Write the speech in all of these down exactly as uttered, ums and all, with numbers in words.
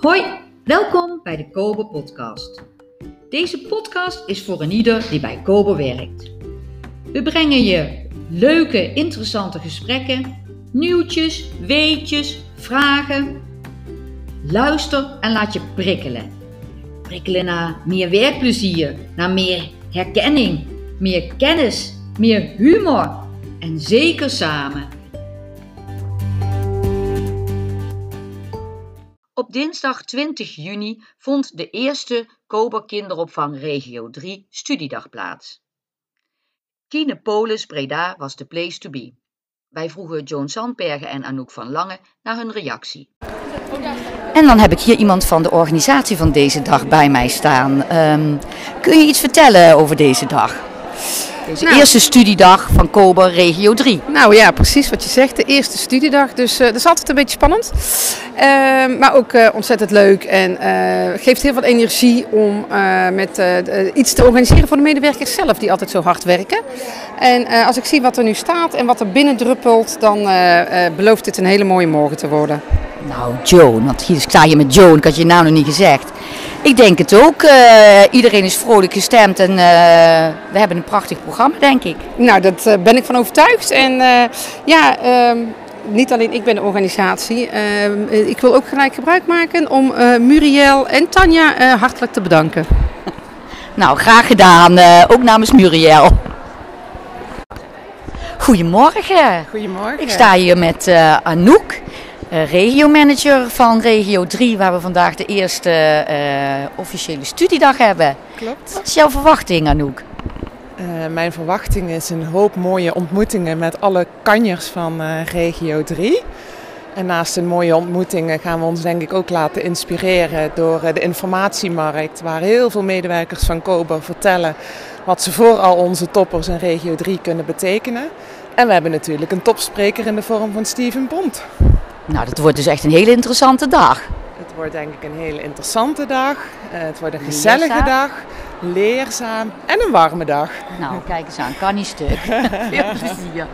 Hoi, welkom bij de Kober podcast. Deze podcast is voor een ieder die bij Kober werkt. We brengen je leuke, interessante gesprekken, nieuwtjes, weetjes, vragen. Luister en laat je prikkelen. Prikkelen naar meer werkplezier, naar meer herkenning, meer kennis, meer humor en zeker samen. Op dinsdag twintig juni vond de eerste Kober Kinderopvang Regio drie studiedag plaats. Kinepolis Breda was de place to be. Wij vroegen Joan Sandbergen en Anouk van Lange naar hun reactie. En dan heb ik hier iemand van de organisatie van deze dag bij mij staan. Um, kun je iets vertellen over deze dag? Deze nou, eerste studiedag van Kober Regio drie. Nou ja, precies wat je zegt. De eerste studiedag. Dus uh, dat is altijd een beetje spannend. Uh, maar ook uh, ontzettend leuk. En uh, geeft heel veel energie om uh, met, uh, iets te organiseren voor de medewerkers zelf. Die altijd zo hard werken. En uh, als ik zie wat er nu staat en wat er binnendruppelt. Dan uh, uh, belooft dit een hele mooie morgen te worden. Nou Joan, want hier sta je met Joan. Ik had je naam nog niet gezegd. Ik denk het ook. Uh, iedereen is vrolijk gestemd en uh, we hebben een prachtig programma, denk ik. Nou, daar uh, ben ik van overtuigd. En uh, ja, uh, niet alleen ik ben de organisatie. Uh, ik wil ook gelijk gebruik maken om uh, Muriel en Tanja uh, hartelijk te bedanken. Nou, graag gedaan. Uh, ook namens Muriel. Goedemorgen. Goedemorgen. Ik sta hier met uh, Anouk. Uh, regiomanager van Regio drie, waar we vandaag de eerste uh, officiële studiedag hebben. Klopt. Wat is jouw verwachting, Anouk? Uh, mijn verwachting is een hoop mooie ontmoetingen met alle kanjers van uh, Regio drie. En naast de mooie ontmoetingen gaan we ons denk ik ook laten inspireren door uh, de informatiemarkt, waar heel veel medewerkers van Kober vertellen wat ze voor al onze toppers in Regio drie kunnen betekenen. En we hebben natuurlijk een topspreker in de vorm van Steven Pont. Nou, dat wordt dus echt een hele interessante dag. Het wordt denk ik een hele interessante dag. Uh, het wordt een gezellige leerzaam. dag, leerzaam en een warme dag. Nou, kijk eens aan, kan niet stuk. Veel plezier.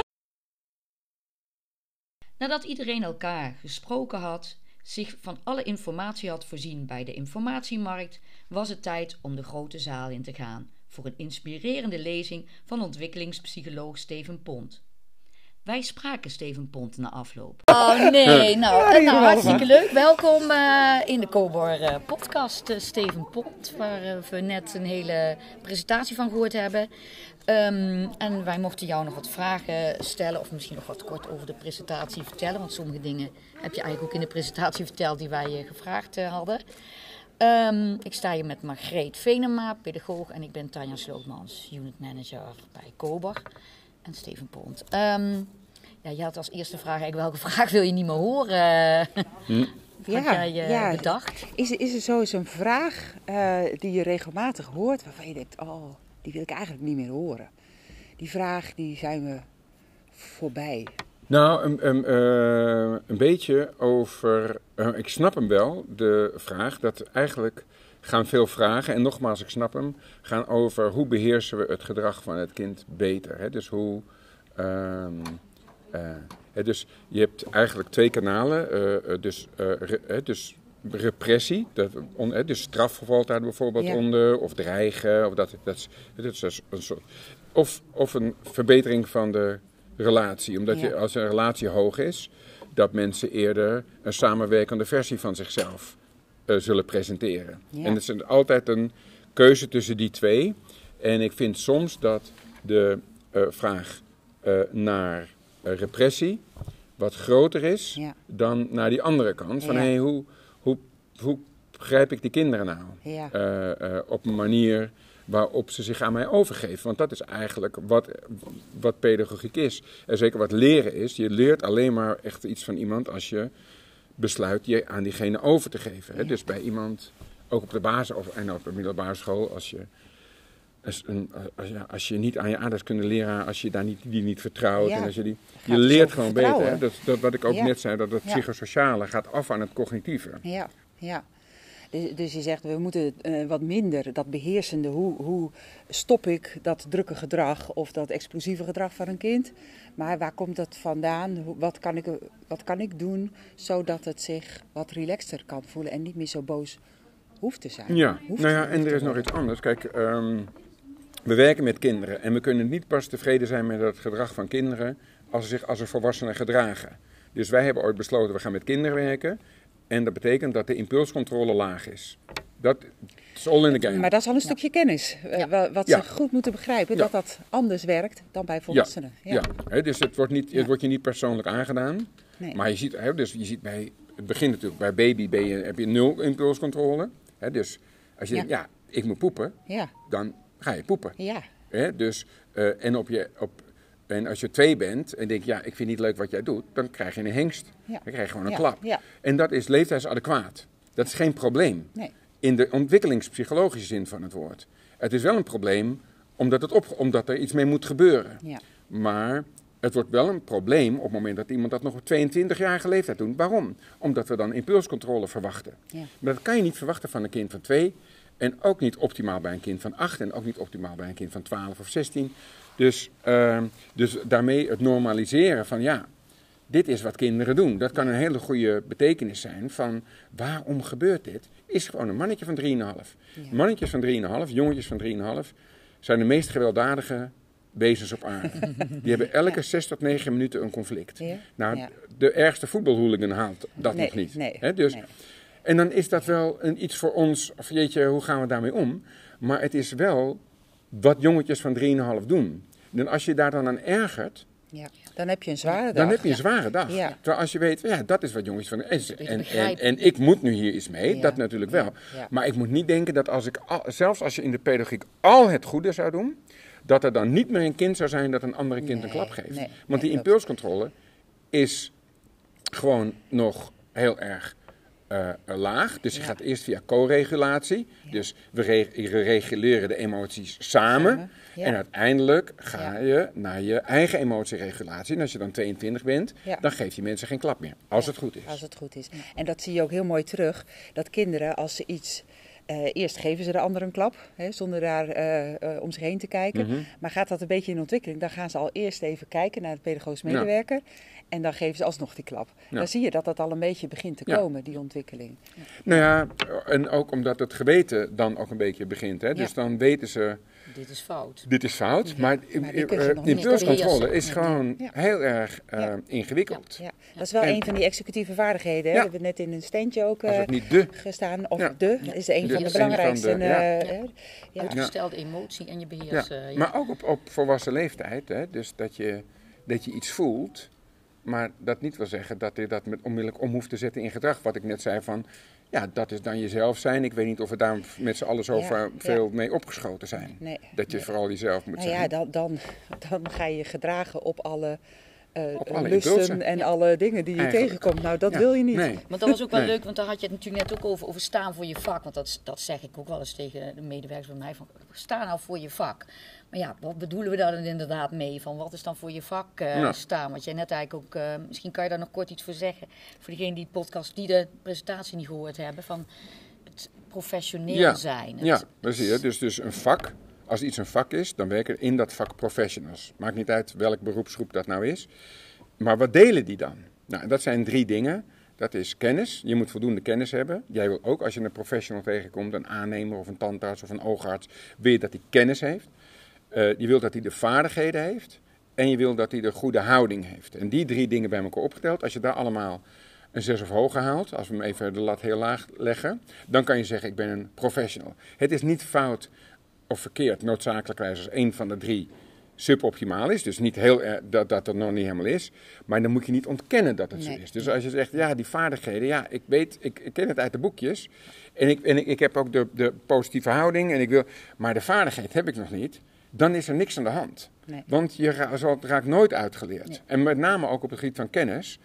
Nadat iedereen elkaar gesproken had, zich van alle informatie had voorzien bij de informatiemarkt, was het tijd om de grote zaal in te gaan voor een inspirerende lezing van ontwikkelingspsycholoog Steven Pont. Wij spraken Steven Pont na afloop. Oh nee, nou, ja, nou hartstikke leuk. Welkom uh, in de Kober uh, podcast, uh, Steven Pont, waar uh, we net een hele presentatie van gehoord hebben. Um, en wij mochten jou nog wat vragen stellen, of misschien nog wat kort over de presentatie vertellen, want sommige dingen heb je eigenlijk ook in de presentatie verteld die wij uh, gevraagd uh, hadden. Um, ik sta hier met Margreet Venema, pedagoog, en ik ben Tanja Slootmans, unit manager bij Kober. En Steven Pont. Um, ja, je had als eerste vraag eigenlijk welke vraag wil je niet meer horen? Hm. Had ja, jij uh, ja. bedacht? Is, is er sowieso een vraag uh, die je regelmatig hoort waarvan je denkt, oh, die wil ik eigenlijk niet meer horen. Die vraag, die zijn we voorbij. Nou, een, een, uh, een beetje over, uh, ik snap hem wel, de vraag dat eigenlijk gaan veel vragen, en nogmaals, ik snap hem, gaan over hoe beheersen we het gedrag van het kind beter. Hè? Dus hoe, um, uh, hè, dus je hebt eigenlijk twee kanalen, uh, dus, uh, re, dus repressie, dat, on, hè, dus straf valt daar bijvoorbeeld ja. onder, of dreigen, of, dat, dat, dat is dus een soort, of, of een verbetering van de relatie, omdat ja. je, als een relatie hoog is, dat mensen eerder een samenwerkende versie van zichzelf Uh, zullen presenteren. Ja. En het is altijd een keuze tussen die twee. En ik vind soms dat de uh, vraag uh, naar uh, repressie wat groter is ja. dan naar die andere kant. Van ja. hey, hoe, hoe, hoe begrijp ik die kinderen nou? Ja. Uh, uh, op een manier waarop ze zich aan mij overgeven. Want dat is eigenlijk wat, wat pedagogiek is. En zeker wat leren is. Je leert alleen maar echt iets van iemand als je besluit je aan diegene over te geven. Hè? Ja. Dus bij iemand, ook op de basis of en op de middelbare school, als je, als, een, als, ja, als je niet aan je aardrijkskundeleraar, als je daar niet, die niet vertrouwt, ja. en als je die, je leert gewoon beter. Hè? Dat, dat wat ik ook ja. net zei, dat het ja. psychosociale gaat af aan het cognitieve. Ja, ja. Dus, dus je zegt, we moeten uh, wat minder dat beheersende, hoe, hoe stop ik dat drukke gedrag of dat explosieve gedrag van een kind. Maar waar komt dat vandaan? Wat kan ik, wat kan ik doen zodat het zich wat relaxter kan voelen en niet meer zo boos hoeft te zijn? Ja, hoeft nou ja, en er is nog iets anders. Kijk, um, we werken met kinderen en we kunnen niet pas tevreden zijn met het gedrag van kinderen als ze zich als een volwassene gedragen. Dus wij hebben ooit besloten, we gaan met kinderen werken. En dat betekent dat de impulscontrole laag is. Dat is all in the game. Maar dat is al een stukje ja. kennis. Ja. Wat ja. ze goed moeten begrijpen, ja. dat dat anders werkt dan bij volwassenen. Ja, ja. ja. He, dus het wordt, niet, het wordt je niet persoonlijk aangedaan. Nee. Maar je ziet, he, dus je ziet bij het begin natuurlijk, bij baby ben je, heb je nul impulscontrole. He, dus als je ja. denkt, ja, ik moet poepen, ja. dan ga je poepen. Ja. He, dus, uh, en op je... Op, En als je twee bent en denkt, ja, ik vind het niet leuk wat jij doet, dan krijg je een hengst. Ja. Dan krijg je gewoon een ja. klap. Ja. En dat is leeftijdsadequaat. Dat is geen probleem. Nee. In de ontwikkelingspsychologische zin van het woord. Het is wel een probleem omdat, het op, omdat er iets mee moet gebeuren. Ja. Maar het wordt wel een probleem op het moment dat iemand dat nog op tweeëntwintigjarige leeftijd doet. Waarom? Omdat we dan impulscontrole verwachten. Ja. Maar dat kan je niet verwachten van een kind van twee. En ook niet optimaal bij een kind van acht. En ook niet optimaal bij een kind van twaalf of zestien. Dus, uh, dus daarmee het normaliseren van ja, dit is wat kinderen doen. Dat kan een hele goede betekenis zijn van waarom gebeurt dit? Is gewoon een mannetje van drieënhalf. Ja. Mannetjes van drieënhalf, jongetjes van drieënhalf zijn de meest gewelddadige wezens op aarde. Die hebben elke ja. zes tot negen minuten een conflict. Ja. Nou, ja. de ergste voetbalhooligan haalt dat nee, nog niet. Nee, He, dus, nee. En dan is dat wel een, iets voor ons, of jeetje, hoe gaan we daarmee om? Maar het is wel wat jongetjes van drieënhalf doen. En als je daar dan aan ergert, ja, dan heb je een zware dag. Dan heb je een zware dag. Ja. Terwijl als je weet, ja, dat is wat jongetjes van... En, en, en, en ik moet nu hier iets mee, ja. dat natuurlijk wel. Ja. Ja. Maar ik moet niet denken dat als ik, al, zelfs als je in de pedagogiek al het goede zou doen, dat er dan niet meer een kind zou zijn dat een andere kind nee, een klap geeft. Nee, Want die nee, impulscontrole is gewoon nog heel erg uh, laag. Dus je ja. gaat eerst via co-regulatie. Ja. Dus we re- reguleren de emoties samen. samen. Ja. En uiteindelijk ga je ja. naar je eigen emotieregulatie. En als je dan tweeëntwintig bent, ja. dan geef je mensen geen klap meer. Als ja. het goed is. Als het goed is. Ja. En dat zie je ook heel mooi terug. Dat kinderen, als ze iets... Uh, eerst geven ze de ander een klap, hè, zonder daar uh, uh, om zich heen te kijken. Mm-hmm. Maar gaat dat een beetje in ontwikkeling, dan gaan ze al eerst even kijken naar de pedagogisch medewerker. Ja. En dan geven ze alsnog die klap. Ja. Dan zie je dat dat al een beetje begint te komen, ja. die ontwikkeling. Ja. Nou ja, en ook omdat het geweten dan ook een beetje begint. Hè? Ja. Dus dan weten ze... Dit is fout. Dit is fout, ja. maar, maar uh, impulscontrole is gewoon ja. heel erg uh, ja. ingewikkeld. Ja. Ja. Dat is wel en, een van die executieve vaardigheden. Hè? Ja. We hebben net in een standje ook uh, niet de. gestaan. Of ja. de, dat is een de, van de belangrijkste. Van de, ja. uh, ja. Ja. Uitgestelde emotie en je beheersen. Ja. Ja. Maar ook op, op volwassen leeftijd. Hè? Dus dat je, dat je iets voelt, maar dat niet wil zeggen dat je dat met onmiddellijk om hoeft te zetten in gedrag. Wat ik net zei van... Ja, dat is dan jezelf zijn. Ik weet niet of we daar met z'n allen zo ja, veel ja. mee opgeschoten zijn. Nee, dat je nee. vooral jezelf moet nou zijn. Ja, dan, dan, dan ga je gedragen op alle, uh, op alle lusten impulsen. En ja. alle dingen die je Eigenlijk. tegenkomt. Nou, dat ja. wil je niet. Nee. Want dat was ook wel nee. leuk, want daar had je het natuurlijk net ook over, over staan voor je vak. Want dat, dat zeg ik ook wel eens tegen de medewerkers van mij. Van, sta nou voor je vak. Maar ja, wat bedoelen we daar dan inderdaad mee? Van wat is dan voor je vak uh, ja. staan? Want jij net eigenlijk ook, uh, misschien kan je daar nog kort iets voor zeggen. Voor degenen die de podcast, die de presentatie niet gehoord hebben. Van het professioneel ja. zijn. Het, ja, dat zie je. Dus, dus een vak, als iets een vak is, dan werken in dat vak professionals. Maakt niet uit welk beroepsgroep dat nou is. Maar wat delen die dan? Nou, dat zijn drie dingen. Dat is kennis. Je moet voldoende kennis hebben. Jij wil ook, als je een professional tegenkomt, een aannemer of een tandarts of een oogarts, wil je dat hij kennis heeft. Uh, je wilt dat hij de vaardigheden heeft en je wilt dat hij de goede houding heeft. En die drie dingen bij elkaar opgeteld, als je daar allemaal een zes of hoger haalt, als we hem even de lat heel laag leggen, dan kan je zeggen ik ben een professional. Het is niet fout of verkeerd, noodzakelijkwijs als één van de drie suboptimaal is. Dus niet heel er, dat, dat het nog niet helemaal is. Maar dan moet je niet ontkennen dat het nee. zo is. Dus als je zegt, ja, die vaardigheden, ja, ik weet, ik, ik ken het uit de boekjes. En ik, en ik, ik heb ook de, de positieve houding en ik wil, maar de vaardigheid heb ik nog niet. Dan is er niks aan de hand. Nee. Want je ra- raakt nooit uitgeleerd. Nee. En met name ook op het gebied van kennis.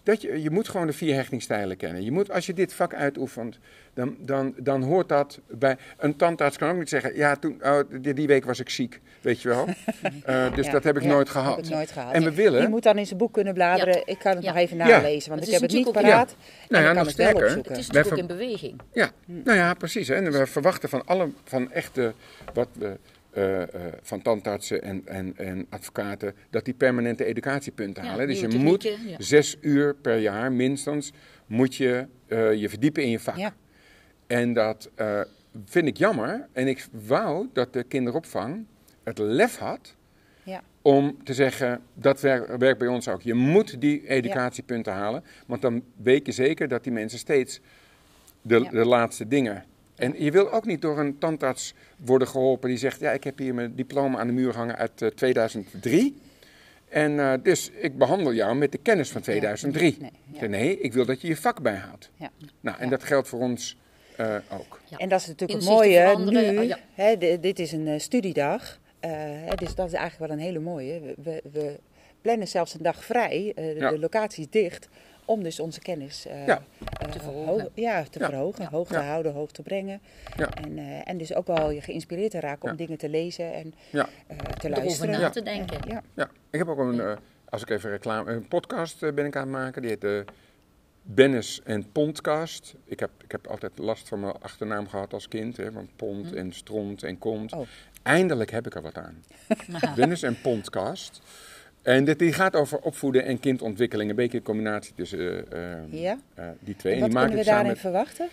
dat je, je moet gewoon de vier hechtingsstijlen kennen. Je moet, als je dit vak uitoefent, dan, dan, dan hoort dat bij... Een tandarts kan ook niet zeggen, ja, toen, oh, die, die week was ik ziek, weet je wel. Uh, dus ja, dat heb ik ja, nooit gehad. Heb ik nooit gehad. En we willen... Je moet dan in zijn boek kunnen bladeren. Ja. Ik kan het ja. nog even Ja. nalezen, want Het ik is heb het niet natuurlijk paraat. ook- En Nou ja, ik kan nog het wel sterker. Het opzoeken. is Wij natuurlijk ook in beweging. Ja, nou ja, precies. Hè. En we verwachten van alle, van echte, wat we, uh, uh, van tandartsen en, en, en advocaten, dat die permanente educatiepunten Ja, halen. Dus je nieuwe moet technieken, ja. zes uur per jaar minstens, moet je uh, je verdiepen in je vak. Ja. En dat uh, vind ik jammer. En ik wou dat de kinderopvang het lef had Ja. om te zeggen, dat werkt werkt bij ons ook. Je moet die educatiepunten halen, want dan weet je zeker dat die mensen steeds de, Ja. de laatste dingen... En je wil ook niet door een tandarts worden geholpen die zegt, ja, ik heb hier mijn diploma aan de muur hangen uit uh, tweeduizend drie. En uh, dus ik behandel jou met de kennis van tweeduizend drie. Nee, ja. Ik zeg, nee, ik wil dat je je vak bijhoudt. Ja. Nou, en Ja. dat geldt voor ons uh, ook. Ja. En dat is natuurlijk het Inzichten mooie veranderen, nu. oh ja. Hè, de- dit is een uh, studiedag. Uh, hè, dus dat is eigenlijk wel een hele mooie. We, we, we plannen zelfs een dag vrij. Uh, de, Ja. de locatie is dicht. Om dus onze kennis uh, Ja. uh, Te verhogen. hoog, ja, te Ja. verhogen, Ja. hoog te Ja. houden, hoog te brengen. Ja. En, uh, en dus ook wel je geïnspireerd te raken om Ja. dingen te lezen en Ja. uh, te Erover luisteren. na te denken. Ja. Ja, ik heb ook een, uh, als ik even reclame, een podcast uh, ben ik aan het maken. Die heet uh, Bennis en Pondcast. Ik heb, ik heb altijd last van mijn achternaam gehad als kind, hè, want pond Hm. en stront en kont. Oh. Eindelijk heb ik er wat aan. Bennis en Pondcast. En dit, die gaat over opvoeden en kindontwikkeling. Een beetje een combinatie tussen uh, uh, Ja? uh, die twee. En wat die maak kunnen we ik samen daarin met- verwachten?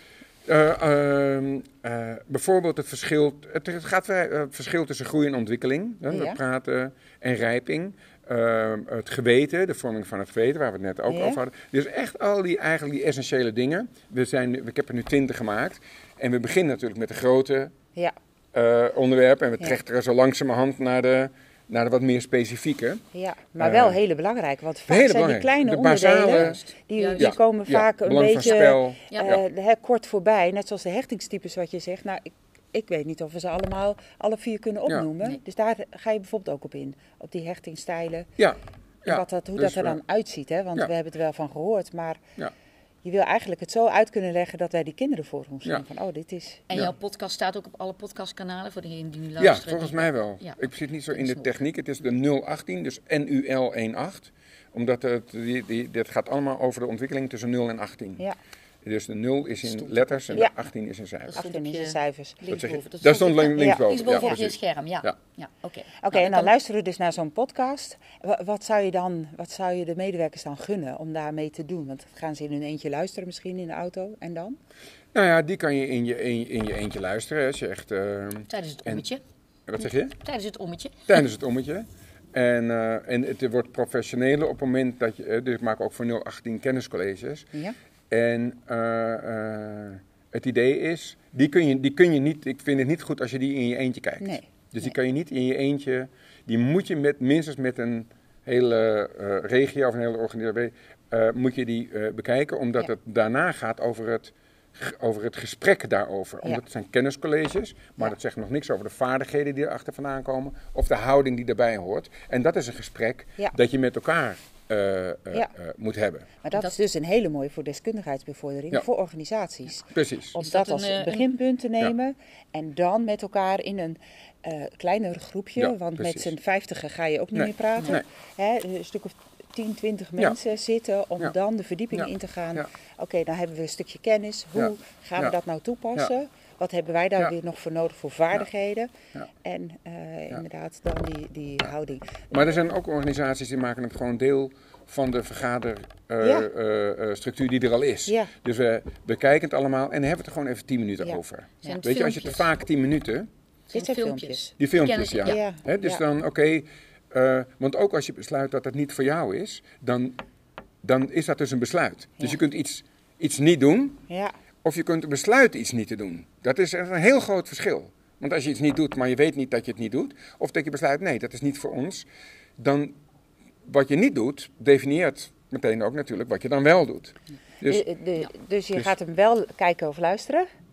Uh, um, uh, bijvoorbeeld het verschil, het, het gaat vrij, uh, het verschil tussen groei en ontwikkeling. Hè, Ja. We praten en rijping. Uh, het geweten, de vorming van het geweten, waar we het net ook Ja. over hadden. Dus echt al die, eigenlijk die essentiële dingen. We zijn, nu- ik heb er nu twintig gemaakt. En we beginnen natuurlijk met de grote Ja, uh, onderwerpen. En we Ja. trechteren zo langzamerhand naar de, naar de wat meer specifieke. ja. maar Uh, wel hele belangrijk. Want vaak hele zijn die belangrijk. kleine De onderdelen, basale- die, Juist. die Ja. komen Ja, vaak een belang van beetje spel. Ja. eh, hè, kort voorbij. Net zoals de hechtingstypes wat je zegt. Nou, ik, ik weet niet of we ze allemaal alle vier kunnen Ja. opnoemen. Nee. Dus daar ga je bijvoorbeeld ook op in. Op die hechtingstijlen. Ja. En wat dat, hoe dus, dat er uh, dan uitziet. Hè? Want ja. we hebben het er wel van gehoord. Maar Ja. je wil eigenlijk het zo uit kunnen leggen dat wij die kinderen voor ons zien. Ja. Van, oh, dit is... En Ja. jouw podcast staat ook op alle podcastkanalen voor degenen die nu Ja, luisteren. volgens mij wel. Ja. Ik zit niet zo in Dat is de goed. techniek. Het is de nul achttien, dus N U L achttien. Omdat het, die, die, dit gaat allemaal over de ontwikkeling tussen nul en achttien. Ja, Dus de nul is in Stond letters en Ja. de achttien is in cijfers. stond achttien op is je- de cijfers. Dat zeg je. Linksboven. Dat Daar stond stond op- lin- linksboven. Linksboven Ja, op je precies. scherm, ja. Ja. ja. Oké. Oké, Nou, en dan kan- luisteren we dus naar zo'n podcast. Wa- Wat zou, je dan, wat zou je de medewerkers dan gunnen om daarmee te doen? Want gaan ze in hun eentje luisteren misschien in de auto en dan? Nou ja, die kan je in je, in, in je eentje luisteren. Als je echt, uh, Tijdens het En- ommetje. wat zeg je? Tijdens het ommetje. Tijdens het ommetje. En, uh, en het wordt professioneler op het moment dat je... Uh, dus ik maak ook voor nul achttien kenniscolleges. Ja? En uh, uh, het idee is, die kun, je, die kun je niet... Ik vind het niet goed als je die in je eentje kijkt. Nee. Dus die Nee. kan je niet in je eentje... Die moet je met, minstens met een hele uh, regio of een hele organisatie... Uh, moet je die uh, bekijken, omdat Ja. het daarna gaat over het, over het gesprek daarover. Ja. Omdat het zijn kenniscolleges, maar Ja. dat zegt nog niks over de vaardigheden die erachter vandaan komen... of de houding die daarbij hoort. En dat is een gesprek Ja. dat je met elkaar uh, uh, Ja. uh, moet hebben. Maar dat, Dat- is dus een hele mooie voor deskundigheidsbevordering, Ja. voor organisaties. Precies. Om Is dat, dat als een, eh, beginpunt te nemen en dan met elkaar in een uh, kleiner groepje, Ja, want precies. met z'n vijftigen ga je ook niet Nee. meer praten. Nee. Hè, een stuk of tien, twintig Ja. mensen zitten om Ja. dan de verdieping Ja. in te gaan. Ja. Oké, dan hebben we een stukje kennis. Hoe Ja. gaan we Ja. dat nou toepassen? Wat hebben wij daar Ja. weer nog voor nodig voor vaardigheden? Ja. En uh, inderdaad dan die, die houding. Maar er zijn ook organisaties die maken het gewoon deel van de vergaderstructuur Ja. uh, uh, structuur die er al is. Ja. Dus we bekijken het allemaal en hebben het er gewoon even tien minuten Ja. over. Zijn het Weet je, als je te filmpjes? vaak tien minuten... Dit zijn filmpjes. Die filmpjes, Kennis- ja. ja. Ja. Hè, dus Ja. dan, oké, okay, uh, want ook als je besluit dat het niet voor jou is, dan, dan is dat dus een besluit. Dus Ja. je kunt iets, iets niet doen, Ja, of je kunt besluiten iets niet te doen. Dat is een heel groot verschil. Want als je iets niet doet, maar je weet niet dat je het niet doet, of dat je besluit, nee, dat is niet voor ons, dan wat je niet doet, definieert meteen ook natuurlijk wat je dan wel doet. Dus de- de- dus je Dus- gaat hem wel kijken of luisteren. ja,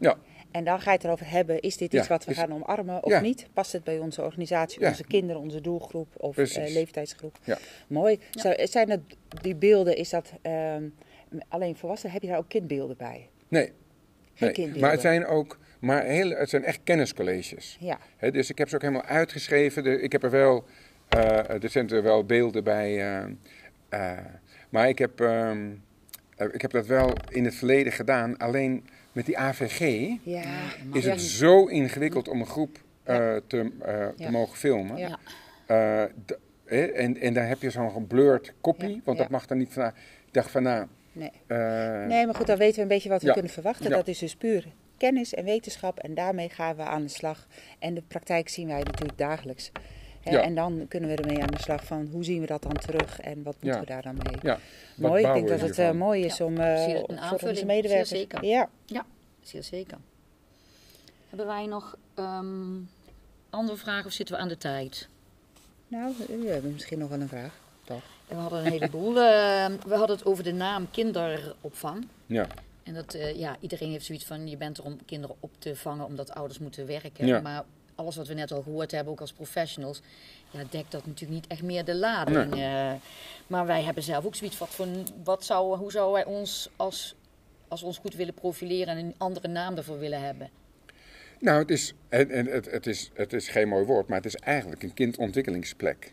En dan ga je het erover hebben, is dit Ja, iets wat we is- gaan omarmen of Ja. niet? Past het bij onze organisatie, Ja. onze kinderen, onze doelgroep of Precies. uh, leeftijdsgroep? Ja. Mooi. Ja. Zo, zijn het die beelden, is dat um, alleen volwassenen? Heb je daar ook kindbeelden bij? Nee, Geen nee. kindbeelden? maar het zijn ook maar heel, het zijn echt kenniscolleges. Ja. He, dus ik heb ze ook helemaal uitgeschreven. De, ik heb er wel, uh, er zijn er wel beelden bij. Uh, uh, maar ik heb, um, uh, ik heb dat wel in het verleden gedaan. Alleen met die A V G Ja. is Ja. het zo ingewikkeld om een groep uh, Ja. te, uh, te Ja. mogen filmen. Ja. Uh, d- he, en, en dan heb je zo'n geblurred kopie, Ja. want Ja. dat mag dan niet van. Ik dacht van nou. Nee. Uh, nee, maar goed, dan weten we een beetje wat we Ja. kunnen verwachten. Ja. Dat is dus puur kennis en wetenschap en daarmee gaan we aan de slag. En de praktijk zien wij natuurlijk dagelijks. Hè, Ja. En dan kunnen we ermee aan de slag van hoe zien we dat dan terug en wat moeten Ja. we daar dan mee. ja, wat Mooi, ik bouwen denk we dat het uh, hiervan? mooi is Ja. om uh, Zie je het een voor onze aanvulling? medewerkers. Zeer zeker. Ja. Zeer zeker. Hebben wij nog um, andere vragen of zitten we aan de tijd? Nou, we hebben misschien nog wel een vraag. Toch? We hadden een heleboel. Uh, we hadden het over de naam kinderopvang. Ja. En dat, uh, ja, iedereen heeft zoiets van, je bent er om kinderen op te vangen omdat ouders moeten werken. Ja. Maar alles wat we net al gehoord hebben, ook als professionals, ja, dekt dat natuurlijk niet echt meer de lading. Nee. Uh, maar wij hebben zelf ook zoiets, wat voor, wat zou, hoe zouden wij ons, als, als we ons goed willen profileren en een andere naam ervoor willen hebben? Nou, het is, en, en het, het, is, het is geen mooi woord, maar het is eigenlijk een kindontwikkelingsplek.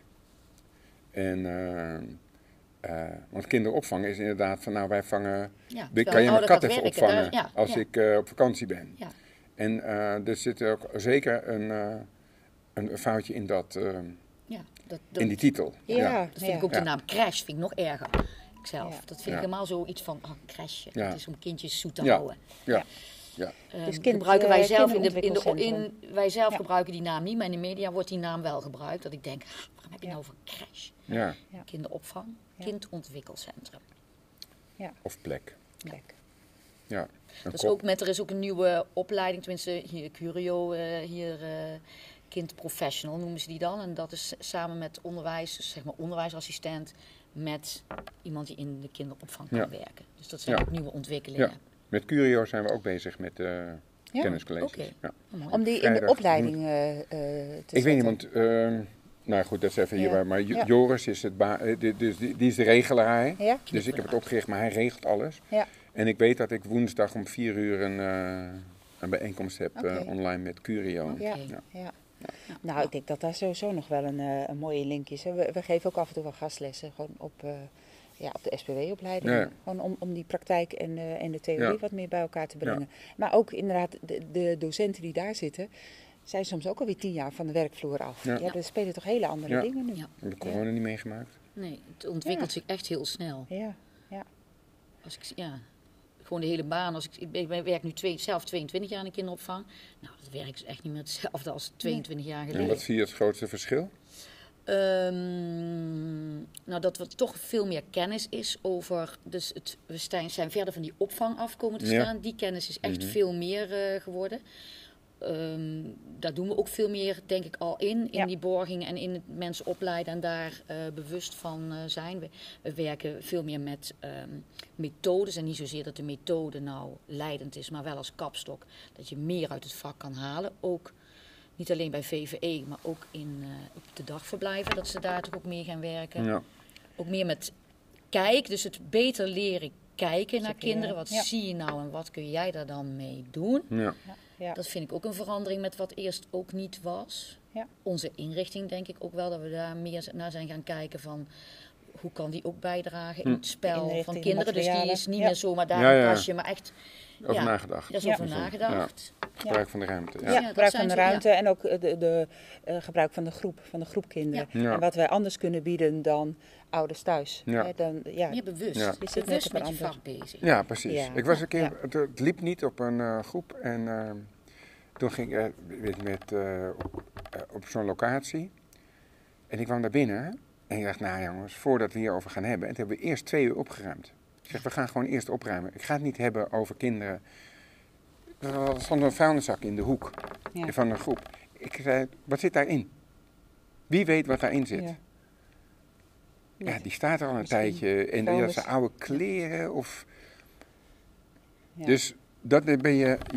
En, uh, uh, want kinderopvang is inderdaad van, nou wij vangen, Ja, ik kan je mijn kat even werken, opvangen daar, ja, als ja. ik uh, op vakantie ben. Ja. En uh, er zit ook zeker een, uh, een foutje in, dat, uh, Ja, dat, dat, in die titel. Ja, Ja. dat vind ja. ik ook Ja. de naam crash, vind ik nog erger. Ikzelf. Ja. Dat vind Ja. ik helemaal zoiets van, oh, crashje. Ja. Het is om kindjes zoet te Ja. houden. Ja. Ja. Um, Dus kind- gebruiken wij eh, zelf in de, in de, kinderontwikkelcentrum. in, wij zelf Ja. gebruiken die naam niet, maar in de media wordt die naam wel gebruikt. Dat ik denk, ah, waarom heb je Ja. nou over crash? Ja. Ja. Kinderopvang, Ja. kindontwikkelcentrum. Of plek. Plek. Ja. Een Dat is kop. ook met, er is ook een nieuwe opleiding, tenminste hier Curio, uh, hier uh, kind professional noemen ze die dan. En dat is samen met onderwijs, dus zeg maar onderwijsassistent, met iemand die in de kinderopvang kan Ja. werken. Dus dat zijn Ja. ook nieuwe ontwikkelingen. Ja. Met Curio zijn we ook bezig met uh, Ja, kenniscolleges. oké. Ja. Oh, mooi. Om die in de Vrijdag. opleiding uh, uh, te Ik weet niet, zetten. want, uh, nou goed, dat is even Ja. hier, maar J- Ja. Joris is, het ba- uh, die, dus die, die is de regelaar. Ja? Dus ik heb het opgericht, maar hij regelt alles. Ja. En ik weet dat ik woensdag om vier uur een, uh, een bijeenkomst heb Oké. uh, online met Curio. Oké. Ja. Ja. Ja. Nou, ik denk dat daar sowieso nog wel een, uh, een mooie link is. We, we geven ook af en toe wel gastlessen gewoon op, uh, ja, op de S P W-opleiding. Ja. Gewoon om, om die praktijk en, uh, en de theorie Ja. wat meer bij elkaar te brengen. Maar ook inderdaad, de, de docenten die daar zitten, zijn soms ook alweer tien jaar van de werkvloer af. Ja. Ja, er spelen toch hele andere Ja. dingen nu. Ja. Heb ik corona niet meegemaakt? Nee, het ontwikkelt Ja. zich echt heel snel. Ja, ja. Als ik, ja, gewoon de hele baan. Als ik, ik, ben- ik werk nu twee, zelf tweeëntwintig jaar in de kinderopvang. Nou, dat werk is echt niet meer hetzelfde als tweeëntwintig jaar En geleden. wat zie je het grootste verschil? Ehm, nou, dat er toch veel meer kennis is over. Dus het, we zijn, zijn verder van die opvang af komen te Ja. staan. Die kennis is echt Mhm. veel meer uh, geworden. Ehm, daar doen we ook veel meer, denk ik, al in. In Ja. die borging en in het mensen opleiden en daar uh, bewust van uh, zijn. We, we werken veel meer met um, methodes. En niet zozeer dat de methode nou leidend is, maar wel als kapstok. Dat je meer uit het vak kan halen. Ook niet alleen bij V V E, maar ook in, uh, op de dagverblijven. Dat ze daar toch ook mee gaan werken. Ja. Ook meer met kijk, dus het beter leren kijken naar Zeker, kinderen. ja. Wat Ja. zie je nou en wat kun jij daar dan mee doen? Ja. Ja. Dat vind ik ook een verandering met wat eerst ook niet was. Ja. Onze inrichting denk ik ook wel, dat we daar meer naar zijn gaan kijken van hoe kan die ook bijdragen in Hm. het spel Inrichting, van kinderen. Dus die materialen. is niet Ja. meer zomaar daar Ja, een ja. kastje, maar echt, Over ja, nagedacht. daar is Ja. over nagedacht. Gebruik van de ruimte. Ja, Ja. dat gebruik zijn van de zo, ruimte en ook uh, de, de uh, gebruik van de groep, van de groep kinderen. Ja. En wat wij anders kunnen bieden dan ouders thuis. Ja. Hè, dan, ja, Meer bewust. Ja. Je zit net Bewust op met een je ander- vak bezig. Ja, precies. Ja. Ik was een keer, Ja. het, het liep niet op een uh, groep en uh, toen ging ik uh, weet, met, uh, op, uh, op zo'n locatie en ik kwam daar binnen en ik dacht, nou jongens, voordat we hierover gaan hebben, en toen hebben we eerst twee uur opgeruimd. Ik zeg, we gaan gewoon eerst opruimen. Ik ga het niet hebben over kinderen. Er stond een vuilniszak in de hoek Ja. van een groep. Ik zei, wat zit daarin? Wie weet wat daarin zit? Ja. Ja, die staat er al een Misschien tijdje. En dat vuilnis. zijn oude kleren of... Ja. Dus dat ben je, je...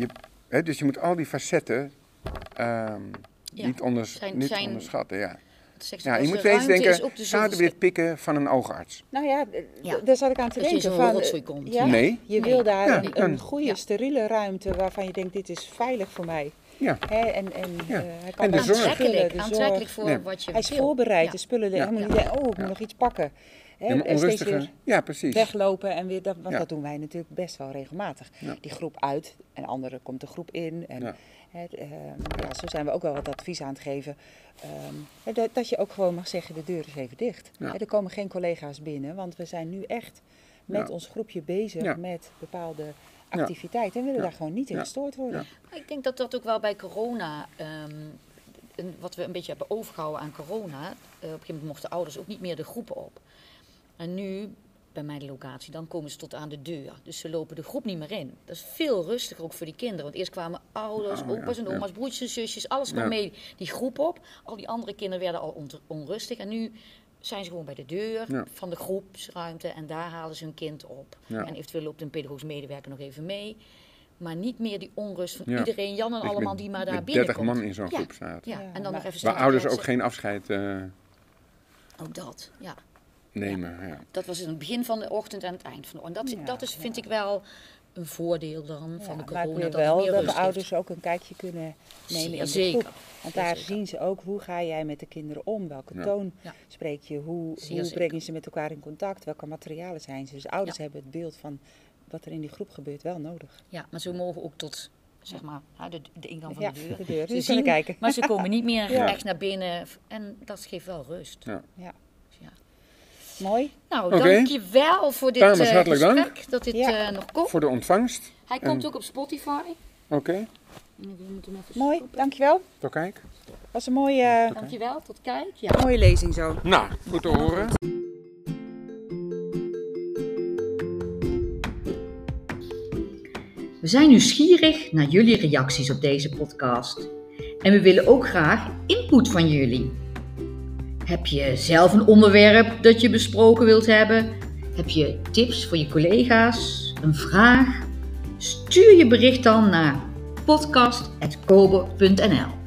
Hè, dus je moet al die facetten um, Ja, niet, onder, zijn- niet zijn- onderschatten. Ja. Zegt Ja, als je de moet eens ruimte is denken, ook de zouden we dit pikken van een oogarts? Nou ja, d- Ja. d- daar zat ik aan te Dat je denken. zo'n van, rotzooi komt. Ja, Nee. Je Nee. wil daar Ja, een, een- een goede, Ja. steriele ruimte waarvan je denkt, dit is veilig voor mij. Ja. Hè, en en Ja. eh, hij kan En de daar zorg. spullen, Aantrekkelijk, de zorg. aantrekkelijk voor Nee. wat je Hij is wil. voorbereid, Ja. de spullen. Ja. Helemaal niet Ja. denken, oh, ik moet Ja. nog iets pakken. Hè, Ja, maar en steeds onrustige... weer Ja, precies. weglopen en weer, dat, want Ja. dat doen wij natuurlijk best wel regelmatig. Ja. Die groep uit en anderen komt de groep in. En, Ja. hè, d- ehm, ja, zo zijn we ook wel wat advies aan het geven. Ehm, hè, dat, dat je ook gewoon mag zeggen, de deur is even dicht. Ja. Hè, er komen geen collega's binnen, want we zijn nu echt met Ja. ons groepje bezig Ja. met bepaalde activiteiten. En willen Ja. daar gewoon niet in Ja. gestoord worden. Ja. Maar ik denk dat dat ook wel bij corona, ehm, en wat we een beetje hebben overgehouden aan corona, eh, op een gegeven moment mochten ouders ook niet meer de groepen op. En nu, bij mijn locatie, dan komen ze tot aan de deur. Dus ze lopen de groep niet meer in. Dat is veel rustiger ook voor die kinderen. Want eerst kwamen ouders, Oh, ja, opa's en ja. oma's, broertjes en zusjes, alles kwam Ja. mee die groep op. Al die andere kinderen werden al on- onrustig. En nu zijn ze gewoon bij de deur Ja. van de groepsruimte en daar halen ze hun kind op. Ja. En eventueel loopt een pedagogisch medewerker nog even mee. Maar niet meer die onrust van Ja. iedereen, Jan en Dat je allemaal met- die maar daar met binnenkomt. dertig man in zo'n Ja. groep staat. Ja, Ja, en dan maar- nog even Waar staan ouders kletsen. ook geen afscheid uh, Ook dat, ja. nemen. Ja. Dat was in het begin van de ochtend en het eind van de ochtend. Dat, Ja, dat is, vind ja. ik wel een voordeel dan Ja, van de maar ik corona. wil Dat wel het meer dat rust de ouders geeft. ook een kijkje kunnen nemen Zeer in de zeker. groep. Want Zeer daar zeker. zien ze ook hoe ga jij met de kinderen om, welke Ja. toon Ja. spreek je, hoe, Zeer hoe zeker. breng je ze met elkaar in contact, welke materialen zijn ze. Dus ouders Ja. hebben het beeld van wat er in die groep gebeurt wel nodig. Ja, maar ze mogen ook tot, zeg maar, hè, de, de ingang van Ja, de deur. de deur. Ze Dus zien, kunnen kijken. maar ze komen niet meer Ja. echt naar binnen. En dat geeft wel rust. Ja. Ja. Dus ja. Mooi. Nou, Oké. dankjewel voor dit Dames, eh, hartelijk dank. gesprek. Dat dit Ja. eh, nog komt. Voor de ontvangst. Hij en- komt ook op Spotify. Oké, En we moeten hem even Mooi, stoppen. dankjewel. tot kijk. Was een mooie, Dankjewel, tot kijk. Ja. mooie lezing zo. Nou, goed te horen. We zijn nieuwsgierig naar jullie reacties op deze podcast. En we willen ook graag input van jullie. Heb je zelf een onderwerp dat je besproken wilt hebben? Heb je tips voor je collega's? Een vraag? Stuur je bericht dan naar podcast apenstaartje kobe punt n l.